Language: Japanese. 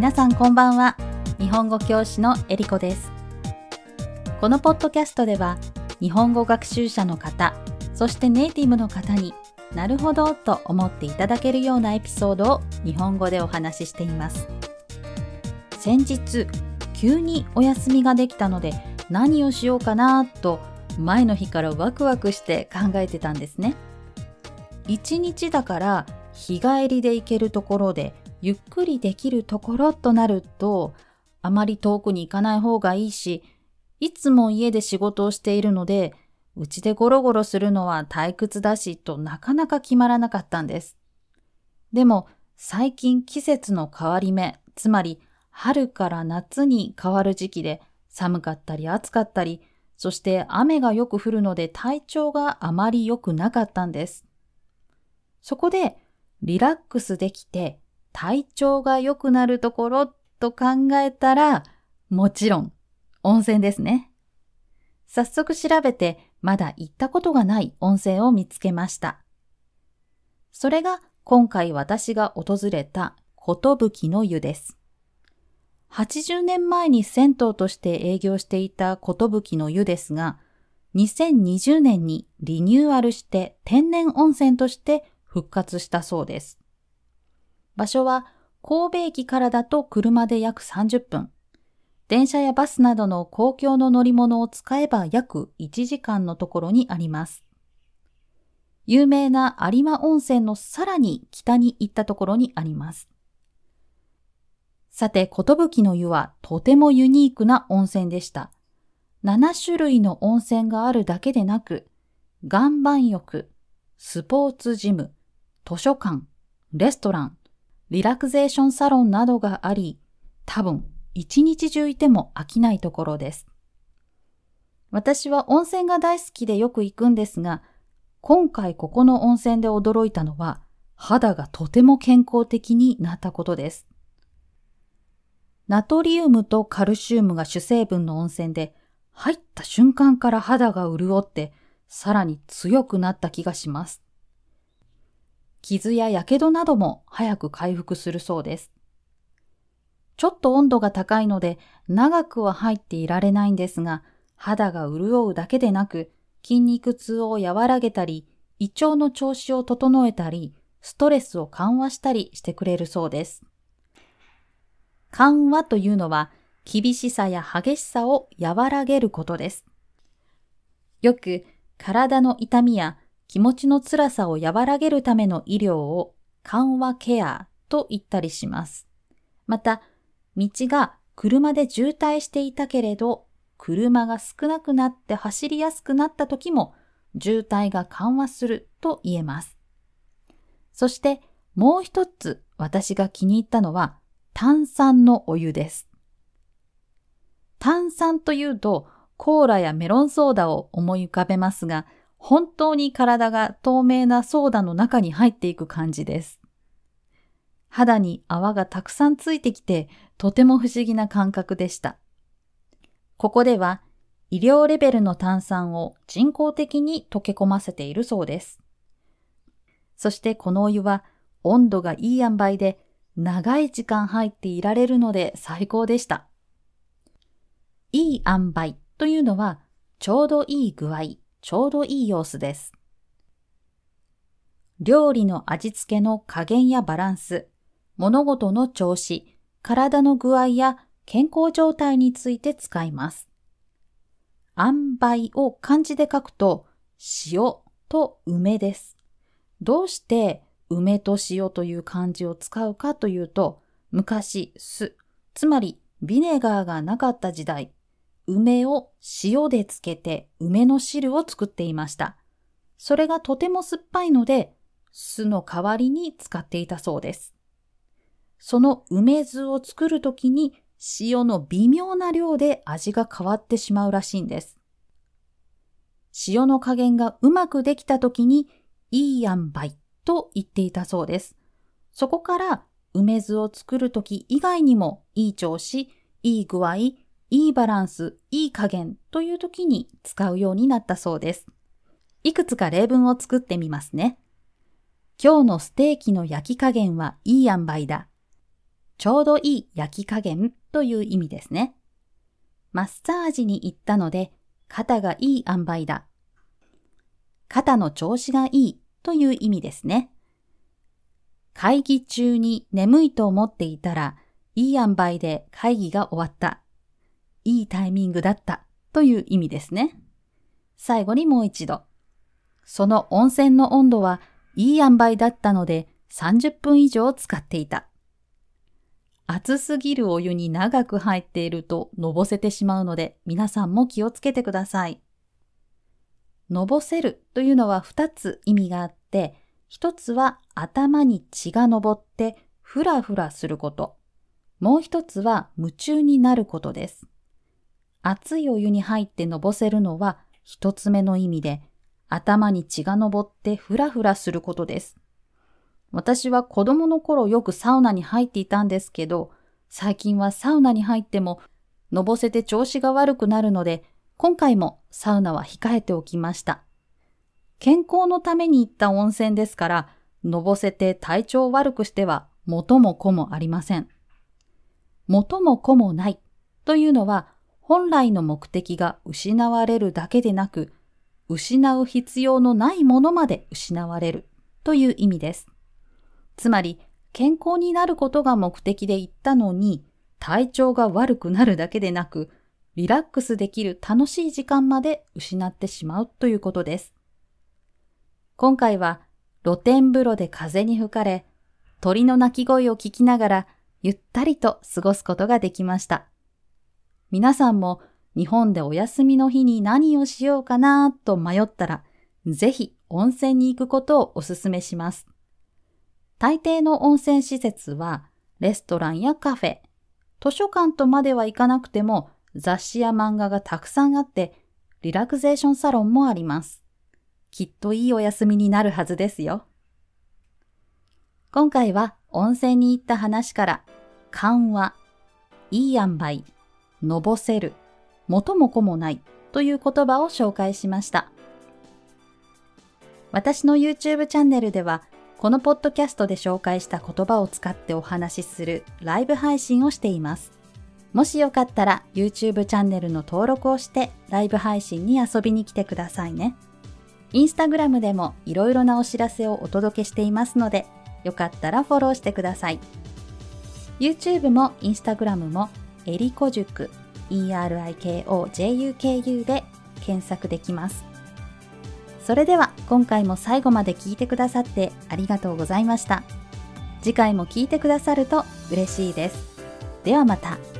皆さんこんばんは。日本語教師のえりこです。このポッドキャストでは日本語学習者の方、そしてネイティブの方になるほどと思っていただけるようなエピソードを日本語でお話ししています。先日急にお休みができたので何をしようかなと前の日からワクワクして考えてたんですね。一日だから日帰りで行けるところでゆっくりできるところとなると、あまり遠くに行かない方がいいし、いつも家で仕事をしているので、うちでゴロゴロするのは退屈だしとなかなか決まらなかったんです。でも最近季節の変わり目、つまり春から夏に変わる時期で寒かったり暑かったり、そして雨がよく降るので体調があまり良くなかったんです。そこでリラックスできて体調が良くなるところと考えたら、もちろん温泉ですね。早速調べてまだ行ったことがない温泉を見つけました。それが今回私が訪れた寿の湯です。80年前に銭湯として営業していた寿の湯ですが、2020年にリニューアルして天然温泉として復活したそうです。場所は神戸駅からだと車で約30分。電車やバスなどの公共の乗り物を使えば約1時間のところにあります。有名な有馬温泉のさらに北に行ったところにあります。さて、寿の湯はとてもユニークな温泉でした。7種類の温泉があるだけでなく、岩盤浴、スポーツジム、図書館、レストラン、リラクゼーションサロンなどがあり、多分一日中いても飽きないところです。私は温泉が大好きでよく行くんですが、今回ここの温泉で驚いたのは、肌がとても健康的になったことです。ナトリウムとカルシウムが主成分の温泉で、入った瞬間から肌が潤って、さらに強くなった気がします。傷ややけどなども早く回復するそうです。ちょっと温度が高いので長くは入っていられないんですが、肌が潤うだけでなく筋肉痛を和らげたり、胃腸の調子を整えたり、ストレスを緩和したりしてくれるそうです。緩和というのは厳しさや激しさを和らげることです。よく体の痛みや気持ちの辛さを和らげるための医療を緩和ケアと言ったりします。また、道が車で渋滞していたけれど、車が少なくなって走りやすくなった時も渋滞が緩和すると言えます。そしてもう一つ私が気に入ったのは炭酸のお湯です。炭酸というとコーラやメロンソーダを思い浮かべますが、本当に体が透明なソーダの中に入っていく感じです。肌に泡がたくさんついてきて、とても不思議な感覚でした。ここでは医療レベルの炭酸を人工的に溶け込ませているそうです。そしてこのお湯は温度がいい塩梅で長い時間入っていられるので最高でした。いい塩梅というのはちょうどいい具合、ちょうどいい様子です。料理の味付けの加減やバランス、物事の調子、体の具合や健康状態について使います。塩梅を漢字で書くと塩と梅です。どうして梅と塩という漢字を使うかというと、昔酢、つまりビネガーがなかった時代、梅を塩で漬けて梅の汁を作っていました。それがとても酸っぱいので、酢の代わりに使っていたそうです。その梅酢を作るときに塩の微妙な量で味が変わってしまうらしいんです。塩の加減がうまくできたときにいい塩梅と言っていたそうです。そこから梅酢を作るとき以外にもいい調子、いい具合、いいバランス、いい加減という時に使うようになったそうです。いくつか例文を作ってみますね。今日のステーキの焼き加減はいい塩梅だ。 ちょうどいい焼き加減という意味ですね。マッサージに行ったので肩がいい塩梅だ。肩の調子がいいという意味ですね。会議中に眠いと思っていたらいい塩梅で会議が終わった。いいタイミングだったという意味ですね。最後にもう一度。その温泉の温度はいい塩梅だったので30分以上使っていた。熱すぎるお湯に長く入っているとのぼせてしまうので皆さんも気をつけてください。のぼせるというのは2つ意味があって、1つは頭に血が上ってふらふらすること。もう1つは夢中になることです。熱いお湯に入ってのぼせるのは1つ目の意味で、頭に血が上ってふらふらすることです。私は子供の頃よくサウナに入っていたんですけど、最近はサウナに入ってものぼせて調子が悪くなるので、今回もサウナは控えておきました。健康のために行った温泉ですから、のぼせて体調を悪くしては元も子もありません。元も子もないというのは、本来の目的が失われるだけでなく、失う必要のないものまで失われるという意味です。つまり、健康になることが目的で行ったのに、体調が悪くなるだけでなく、リラックスできる楽しい時間まで失ってしまうということです。今回は露天風呂で風に吹かれ、鳥の鳴き声を聞きながらゆったりと過ごすことができました。皆さんも日本でお休みの日に何をしようかなと迷ったら、ぜひ温泉に行くことをお勧めします。大抵の温泉施設はレストランやカフェ、図書館とまでは行かなくても雑誌や漫画がたくさんあって、リラクゼーションサロンもあります。きっといいお休みになるはずですよ。今回は温泉に行った話から、緩和、いい塩梅、のぼせる、元も子もないという言葉を紹介しました。私の YouTube チャンネルでは、このポッドキャストで紹介した言葉を使ってお話しするライブ配信をしています。もしよかったら YouTube チャンネルの登録をしてライブ配信に遊びに来てくださいね。Instagram でもいろいろなお知らせをお届けしていますので、よかったらフォローしてください。YouTube も Instagram もエリコ塾 ERIKOJUKU で検索できます。それでは今回も最後まで聞いてくださってありがとうございました。次回も聞いてくださると嬉しいです。ではまた。